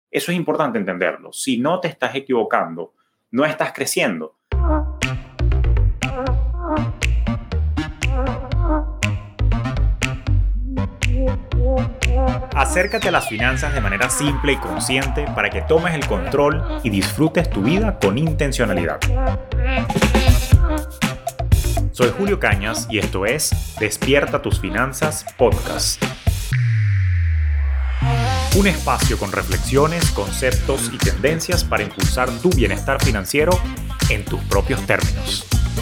Eso es importante entenderlo. Si no te estás equivocando, no estás creciendo. Acércate a las finanzas de manera simple y consciente para que tomes el control y disfrutes tu vida con intencionalidad. Soy Julio Cañas y esto es Despierta tus Finanzas Podcast. Un espacio con reflexiones, conceptos y tendencias para impulsar tu bienestar financiero en tus propios términos.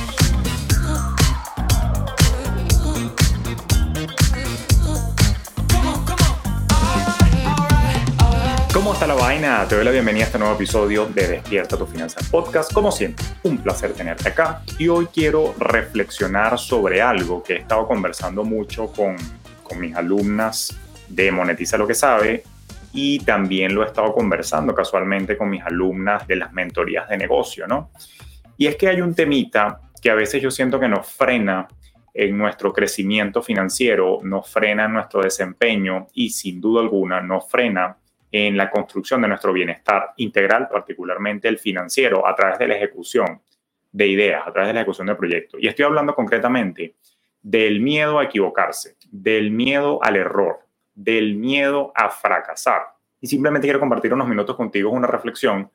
¿Cómo está la vaina? Te doy la bienvenida a este nuevo episodio de Despierta tus Finanzas Podcast. Como siempre, un placer tenerte acá. Y hoy quiero reflexionar sobre algo que he estado conversando mucho con mis alumnas de Monetiza lo que sabe. Y también lo he estado conversando casualmente con mis alumnas de las mentorías de negocio, ¿no? Y es que hay un temita que a veces yo siento que nos frena en nuestro crecimiento financiero, nos frena en nuestro desempeño y sin duda alguna nos frena en la construcción de nuestro bienestar integral, particularmente el financiero, a través de la ejecución de ideas, a través de la ejecución de proyectos. Y estoy hablando concretamente del miedo a equivocarse, del miedo al error, del miedo a fracasar. Y simplemente quiero compartir unos minutos contigo una reflexión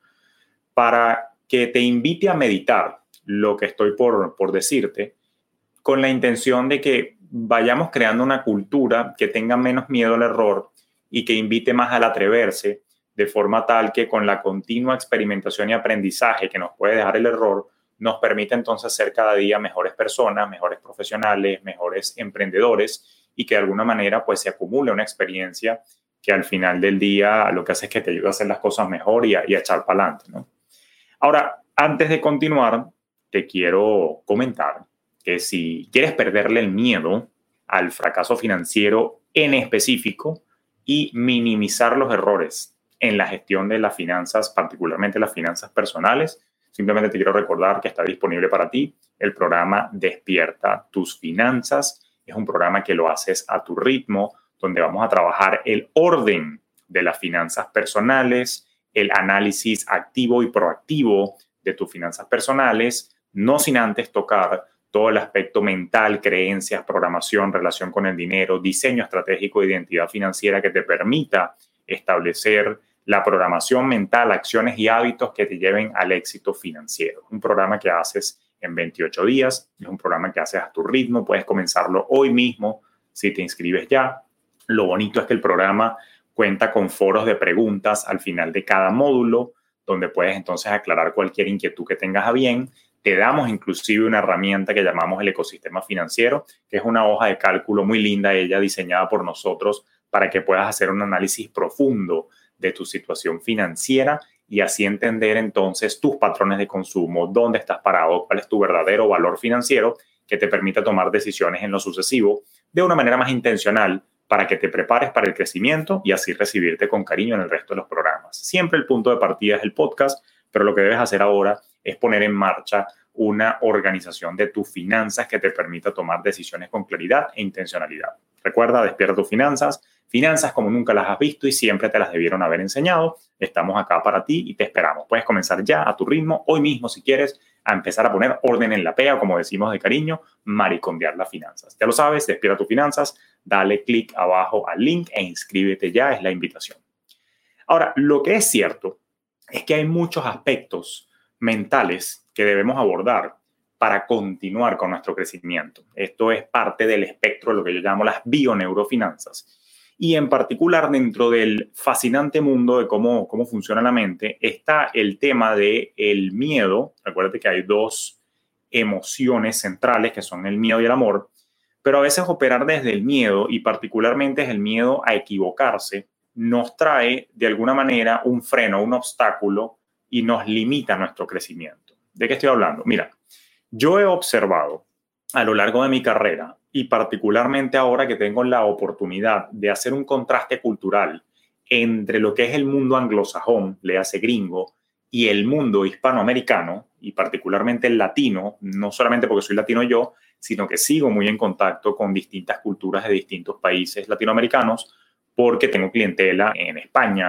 para que te invite a meditar lo que estoy por decirte, con la intención de que vayamos creando una cultura que tenga menos miedo al error y que invite más al atreverse, de forma tal que con la continua experimentación y aprendizaje que nos puede dejar el error, nos permite entonces ser cada día mejores personas, mejores profesionales, mejores emprendedores, y que de alguna manera pues se acumule una experiencia que al final del día lo que hace es que te ayuda a hacer las cosas mejor y a echar para adelante, ¿no? Ahora, antes de continuar, te quiero comentar que si quieres perderle el miedo al fracaso financiero en específico y minimizar los errores en la gestión de las finanzas, particularmente las finanzas personales, simplemente te quiero recordar que está disponible para ti el programa Despierta tus Finanzas. Es un programa que lo haces a tu ritmo, donde vamos a trabajar el orden de las finanzas personales, el análisis activo y proactivo de tus finanzas personales, no sin antes tocar todo el aspecto mental, creencias, programación, relación con el dinero, diseño estratégico de identidad financiera que te permita establecer la programación mental, acciones y hábitos que te lleven al éxito financiero. Un programa que haces en 28 días, es un programa que haces a tu ritmo, puedes comenzarlo hoy mismo si te inscribes ya. Lo bonito es que el programa cuenta con foros de preguntas al final de cada módulo, donde puedes entonces aclarar cualquier inquietud que tengas a bien. Te damos inclusive una herramienta que llamamos el ecosistema financiero, que es una hoja de cálculo muy linda, ella diseñada por nosotros para que puedas hacer un análisis profundo de tu situación financiera y así entender entonces tus patrones de consumo, dónde estás parado, cuál es tu verdadero valor financiero que te permita tomar decisiones en lo sucesivo de una manera más intencional para que te prepares para el crecimiento y así recibirte con cariño en el resto de los programas. Siempre el punto de partida es el podcast, pero lo que debes hacer ahora es poner en marcha una organización de tus finanzas que te permita tomar decisiones con claridad e intencionalidad. Recuerda, Despierta tus finanzas, finanzas como nunca las has visto y siempre te las debieron haber enseñado. Estamos acá para ti y te esperamos. Puedes comenzar ya a tu ritmo, hoy mismo si quieres, a empezar a poner orden en la pea, como decimos de cariño, maricondear las finanzas. Ya lo sabes, Despierta tus finanzas, dale clic abajo al link e inscríbete ya, es la invitación. Ahora, lo que es cierto es que hay muchos aspectos mentales que debemos abordar para continuar con nuestro crecimiento. Esto es parte del espectro de lo que yo llamo las bioneurofinanzas. Y en particular dentro del fascinante mundo de cómo funciona la mente está el tema del miedo. Recuérdate que hay dos emociones centrales que son el miedo y el amor, pero a veces operar desde el miedo y particularmente es el miedo a equivocarse nos trae de alguna manera un freno, un obstáculo y nos limita nuestro crecimiento. ¿De qué estoy hablando? Mira, yo he observado a lo largo de mi carrera y particularmente ahora que tengo la oportunidad de hacer un contraste cultural entre lo que es el mundo anglosajón, le hace gringo, y el mundo hispanoamericano y particularmente el latino, no solamente porque soy latino yo, sino que sigo muy en contacto con distintas culturas de distintos países latinoamericanos porque tengo clientela en España, en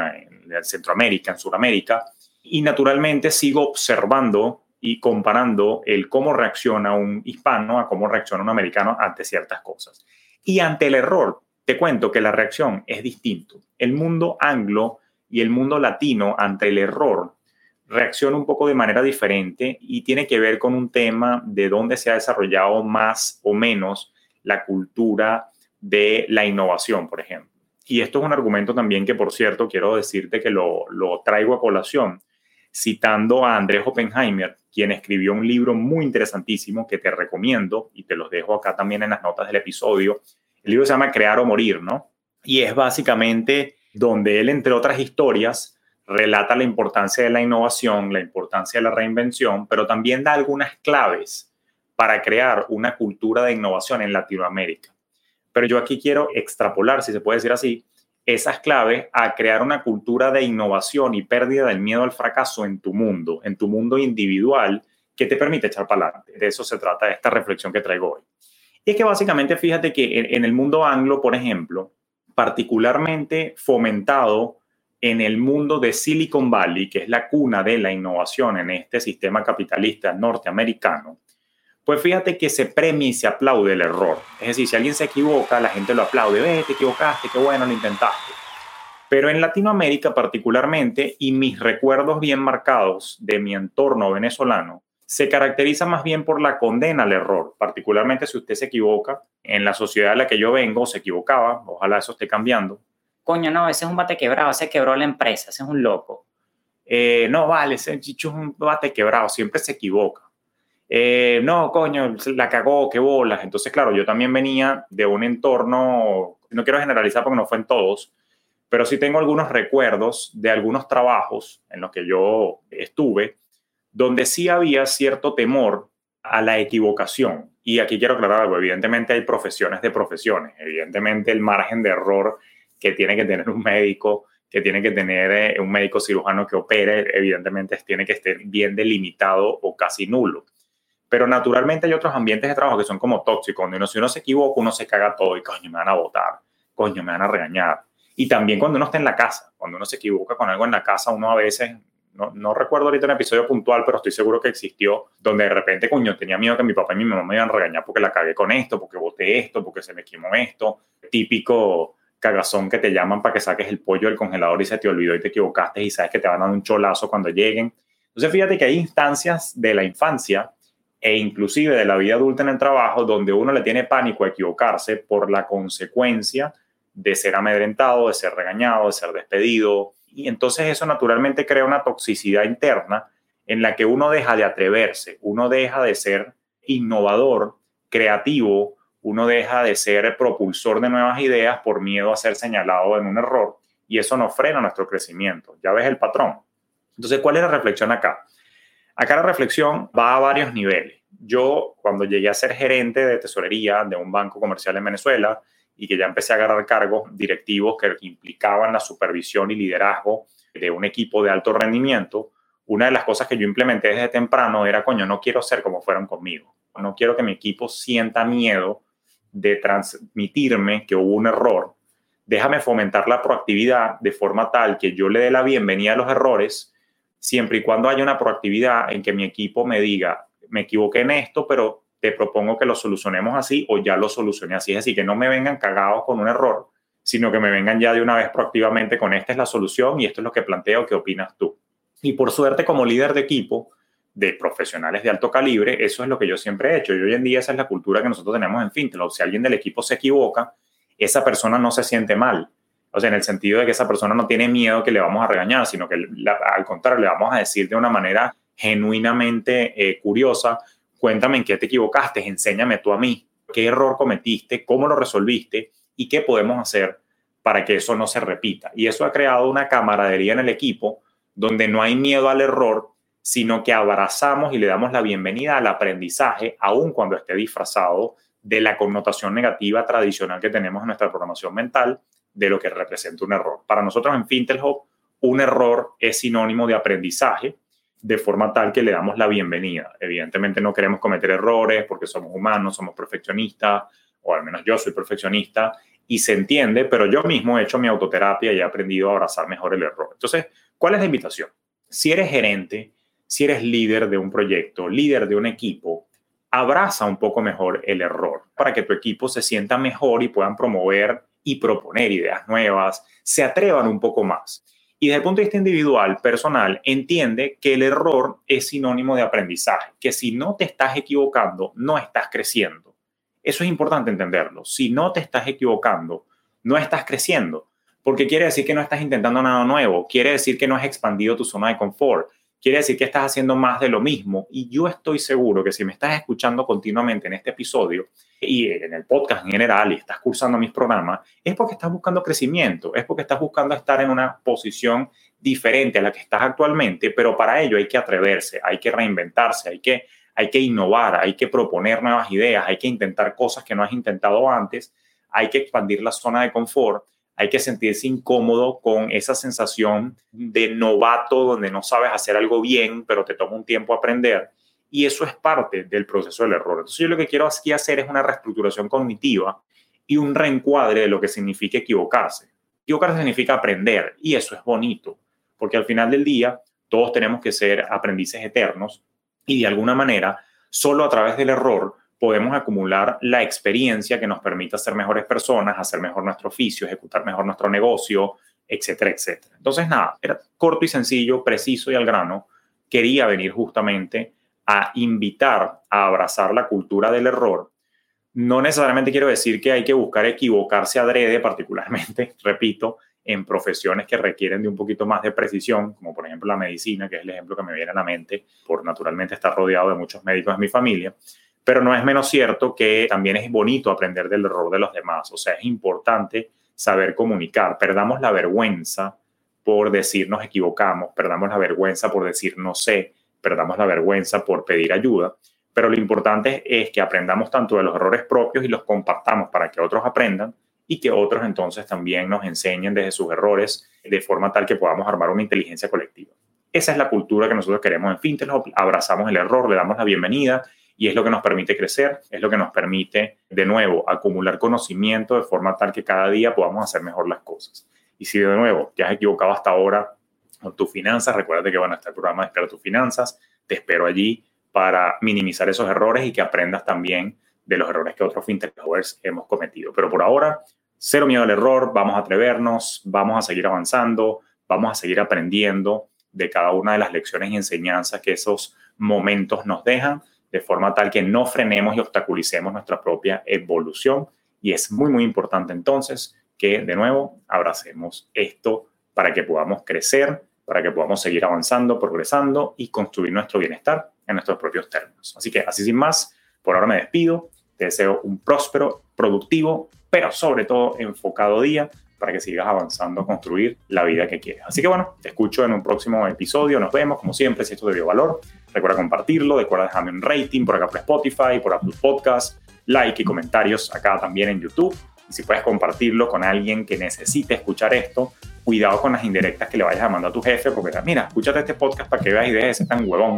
en Centroamérica, en Sudamérica, y naturalmente sigo observando y comparando el cómo reacciona un hispano a cómo reacciona un americano ante ciertas cosas. Y ante el error, te cuento que la reacción es distinto. El mundo anglo y el mundo latino ante el error reacciona un poco de manera diferente y tiene que ver con un tema de dónde se ha desarrollado más o menos la cultura de la innovación, por ejemplo. Y esto es un argumento también que, por cierto, quiero decirte que lo traigo a colación, citando a Andrés Oppenheimer, quien escribió un libro muy interesantísimo que te recomiendo y te los dejo acá también en las notas del episodio. El libro se llama Crear o Morir, ¿no? Y es básicamente donde él, entre otras historias, relata la importancia de la innovación, la importancia de la reinvención, pero también da algunas claves para crear una cultura de innovación en Latinoamérica. Pero yo aquí quiero extrapolar, si se puede decir así, esas claves a crear una cultura de innovación y pérdida del miedo al fracaso en tu mundo individual, que te permite echar para adelante. De eso se trata esta reflexión que traigo hoy. Y es que básicamente fíjate que en el mundo anglo, por ejemplo, particularmente fomentado en el mundo de Silicon Valley, que es la cuna de la innovación en este sistema capitalista norteamericano, pues fíjate que se premia y se aplaude el error. Es decir, si alguien se equivoca, la gente lo aplaude. Te equivocaste, qué bueno, lo intentaste. Pero en Latinoamérica particularmente, y mis recuerdos bien marcados de mi entorno venezolano, se caracteriza más bien por la condena al error, particularmente si usted se equivoca. En la sociedad a la que yo vengo se equivocaba, ojalá eso esté cambiando. Coño, no, ese es un bate quebrado, ese quebró la empresa, ese es un loco. No, vale, ese chicho es un bate quebrado, siempre se equivoca. No, coño, la cagó, qué bolas. Entonces, claro, yo también venía de un entorno, no quiero generalizar porque no fue en todos, pero sí tengo algunos recuerdos de algunos trabajos en los que yo estuve, donde sí había cierto temor a la equivocación. Y aquí quiero aclarar algo, evidentemente hay profesiones de profesiones, evidentemente el margen de error que tiene que tener un médico, que tiene que tener un médico cirujano que opere, evidentemente tiene que estar bien delimitado o casi nulo. Pero naturalmente hay otros ambientes de trabajo que son como tóxicos, donde si uno se equivoca, uno se caga todo y coño, me van a botar, coño, me van a regañar. Y también cuando uno está en la casa, cuando uno se equivoca con algo en la casa, uno a veces, no recuerdo ahorita un episodio puntual, pero estoy seguro que existió, donde de repente, coño, tenía miedo que mi papá y mi mamá me iban a regañar porque la cagué con esto, porque boté esto, porque se me quemó esto. Típico cagazón que te llaman para que saques el pollo del congelador y se te olvidó y te equivocaste y sabes que te van a dar un cholazo cuando lleguen. Entonces, fíjate que hay instancias de la infancia e inclusive de la vida adulta en el trabajo donde uno le tiene pánico a equivocarse por la consecuencia de ser amedrentado, de ser regañado, de ser despedido. Y entonces eso naturalmente crea una toxicidad interna en la que uno deja de atreverse, uno deja de ser innovador, creativo, uno deja de ser propulsor de nuevas ideas por miedo a ser señalado en un error y eso nos frena nuestro crecimiento. Ya ves el patrón. Entonces, ¿cuál es la reflexión acá? Acá la reflexión va a varios niveles. Yo, cuando llegué a ser gerente de tesorería de un banco comercial en Venezuela y que ya empecé a agarrar cargos directivos que implicaban la supervisión y liderazgo de un equipo de alto rendimiento, una de las cosas que yo implementé desde temprano era, coño, no quiero ser como fueron conmigo. No quiero que mi equipo sienta miedo de transmitirme que hubo un error. Déjame fomentar la proactividad de forma tal que yo le dé la bienvenida a los errores, siempre y cuando haya una proactividad en que mi equipo me diga, me equivoqué en esto, pero te propongo que lo solucionemos así o ya lo solucioné así. Es decir, que no me vengan cagados con un error, sino que me vengan ya de una vez proactivamente con esta es la solución y esto es lo que planteo, ¿qué opinas tú? Y por suerte, como líder de equipo, de profesionales de alto calibre, eso es lo que yo siempre he hecho. Y hoy en día esa es la cultura que nosotros tenemos en Fintel. Si alguien del equipo se equivoca, esa persona no se siente mal. O sea, en el sentido de que esa persona no tiene miedo que le vamos a regañar, sino que al contrario, le vamos a decir de una manera genuinamente curiosa, cuéntame en qué te equivocaste, enséñame tú a mí, qué error cometiste, cómo lo resolviste y qué podemos hacer para que eso no se repita. Y eso ha creado una camaradería en el equipo donde no hay miedo al error, sino que abrazamos y le damos la bienvenida al aprendizaje, aun cuando esté disfrazado de la connotación negativa tradicional que tenemos en nuestra programación mental de lo que representa un error. Para nosotros en FintelHub, un error es sinónimo de aprendizaje, de forma tal que le damos la bienvenida. Evidentemente no queremos cometer errores porque somos humanos, somos perfeccionistas, o al menos yo soy perfeccionista y se entiende, pero yo mismo he hecho mi autoterapia y he aprendido a abrazar mejor el error. Entonces, ¿cuál es la invitación? Si eres gerente, si eres líder de un proyecto, líder de un equipo, abraza un poco mejor el error para que tu equipo se sienta mejor y puedan promover y proponer ideas nuevas, se atrevan un poco más. Y desde el punto de vista individual, personal, entiende que el error es sinónimo de aprendizaje, que si no te estás equivocando, no estás creciendo. Eso es importante entenderlo. Si no te estás equivocando, no estás creciendo, porque quiere decir que no estás intentando nada nuevo, quiere decir que no has expandido tu zona de confort, quiere decir que estás haciendo más de lo mismo. Y yo estoy seguro que si me estás escuchando continuamente en este episodio y en el podcast en general y estás cursando mis programas, es porque estás buscando crecimiento, es porque estás buscando estar en una posición diferente a la que estás actualmente, pero para ello hay que atreverse, hay que reinventarse, hay que innovar, hay que proponer nuevas ideas, hay que intentar cosas que no has intentado antes, hay que expandir la zona de confort. Hay que sentirse incómodo con esa sensación de novato donde no sabes hacer algo bien, pero te toma un tiempo aprender. Y eso es parte del proceso del error. Entonces yo lo que quiero aquí hacer es una reestructuración cognitiva y un reencuadre de lo que significa equivocarse. Equivocarse significa aprender y eso es bonito, porque al final del día todos tenemos que ser aprendices eternos y de alguna manera solo a través del error podemos acumular la experiencia que nos permita ser mejores personas, hacer mejor nuestro oficio, ejecutar mejor nuestro negocio, etcétera, etcétera. Entonces, nada, era corto y sencillo, preciso y al grano. Quería venir justamente a invitar a abrazar la cultura del error. No necesariamente quiero decir que hay que buscar equivocarse adrede, particularmente, repito, en profesiones que requieren de un poquito más de precisión, como por ejemplo la medicina, que es el ejemplo que me viene a la mente, por naturalmente estar rodeado de muchos médicos en mi familia. Pero no es menos cierto que también es bonito aprender del error de los demás. O sea, es importante saber comunicar. Perdamos la vergüenza por decir nos equivocamos, perdamos la vergüenza por decir no sé, perdamos la vergüenza por pedir ayuda. Pero lo importante es que aprendamos tanto de los errores propios y los compartamos para que otros aprendan y que otros entonces también nos enseñen desde sus errores de forma tal que podamos armar una inteligencia colectiva. Esa es la cultura que nosotros queremos en Fintech Hub. Abrazamos el error, le damos la bienvenida. Y es lo que nos permite crecer, es lo que nos permite, de nuevo, acumular conocimiento de forma tal que cada día podamos hacer mejor las cosas. Y si de nuevo te has equivocado hasta ahora con tus finanzas, recuérdate que van a estar el programa Despierta tus finanzas. Te espero allí para minimizar esos errores y que aprendas también de los errores que otros fintechers hemos cometido. Pero por ahora, cero miedo al error, vamos a atrevernos, vamos a seguir avanzando, vamos a seguir aprendiendo de cada una de las lecciones y enseñanzas que esos momentos nos dejan, de forma tal que no frenemos y obstaculicemos nuestra propia evolución. Y es muy, muy importante entonces que, de nuevo, abracemos esto para que podamos crecer, para que podamos seguir avanzando, progresando y construir nuestro bienestar en nuestros propios términos. Así que, así sin más, por ahora me despido. Te deseo un próspero, productivo, pero sobre todo enfocado día para que sigas avanzando a construir la vida que quieres. Así que bueno, te escucho en un próximo episodio. Nos vemos, como siempre, si esto te dio valor. Recuerda compartirlo, recuerda dejarme un rating por acá por Spotify, por Apple Podcasts, like y comentarios acá también en YouTube. Y si puedes compartirlo con alguien que necesite escuchar esto, cuidado con las indirectas que le vayas a mandar a tu jefe, porque mira, escúchate este podcast para que veas y dejes de ser tan huevón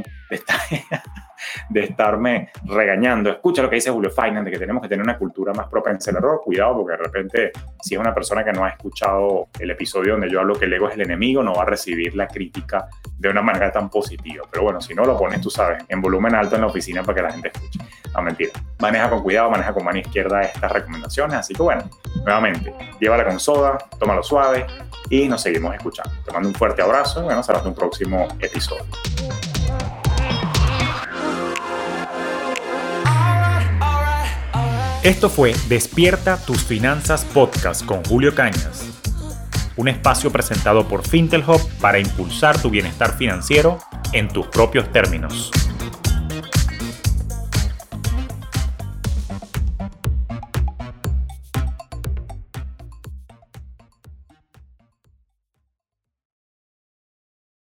de estarme regañando. Escucha lo que dice Julio Finance, de que tenemos que tener una cultura más propensa al error. Cuidado, porque de repente, si es una persona que no ha escuchado el episodio donde yo hablo que el ego es el enemigo, no va a recibir la crítica de una manera tan positiva. Pero bueno, si no lo pones, tú sabes, en volumen alto en la oficina para que la gente escuche. No, mentira. Maneja con cuidado, maneja con mano izquierda estas recomendaciones. Así que bueno, nuevamente, llévala con soda, tómalo suave y nos seguimos escuchando. Te mando un fuerte abrazo y bueno, será hasta un próximo episodio. Esto fue Despierta tus Finanzas Podcast con Julio Cañas. Un espacio presentado por Fintech Hub para impulsar tu bienestar financiero en tus propios términos.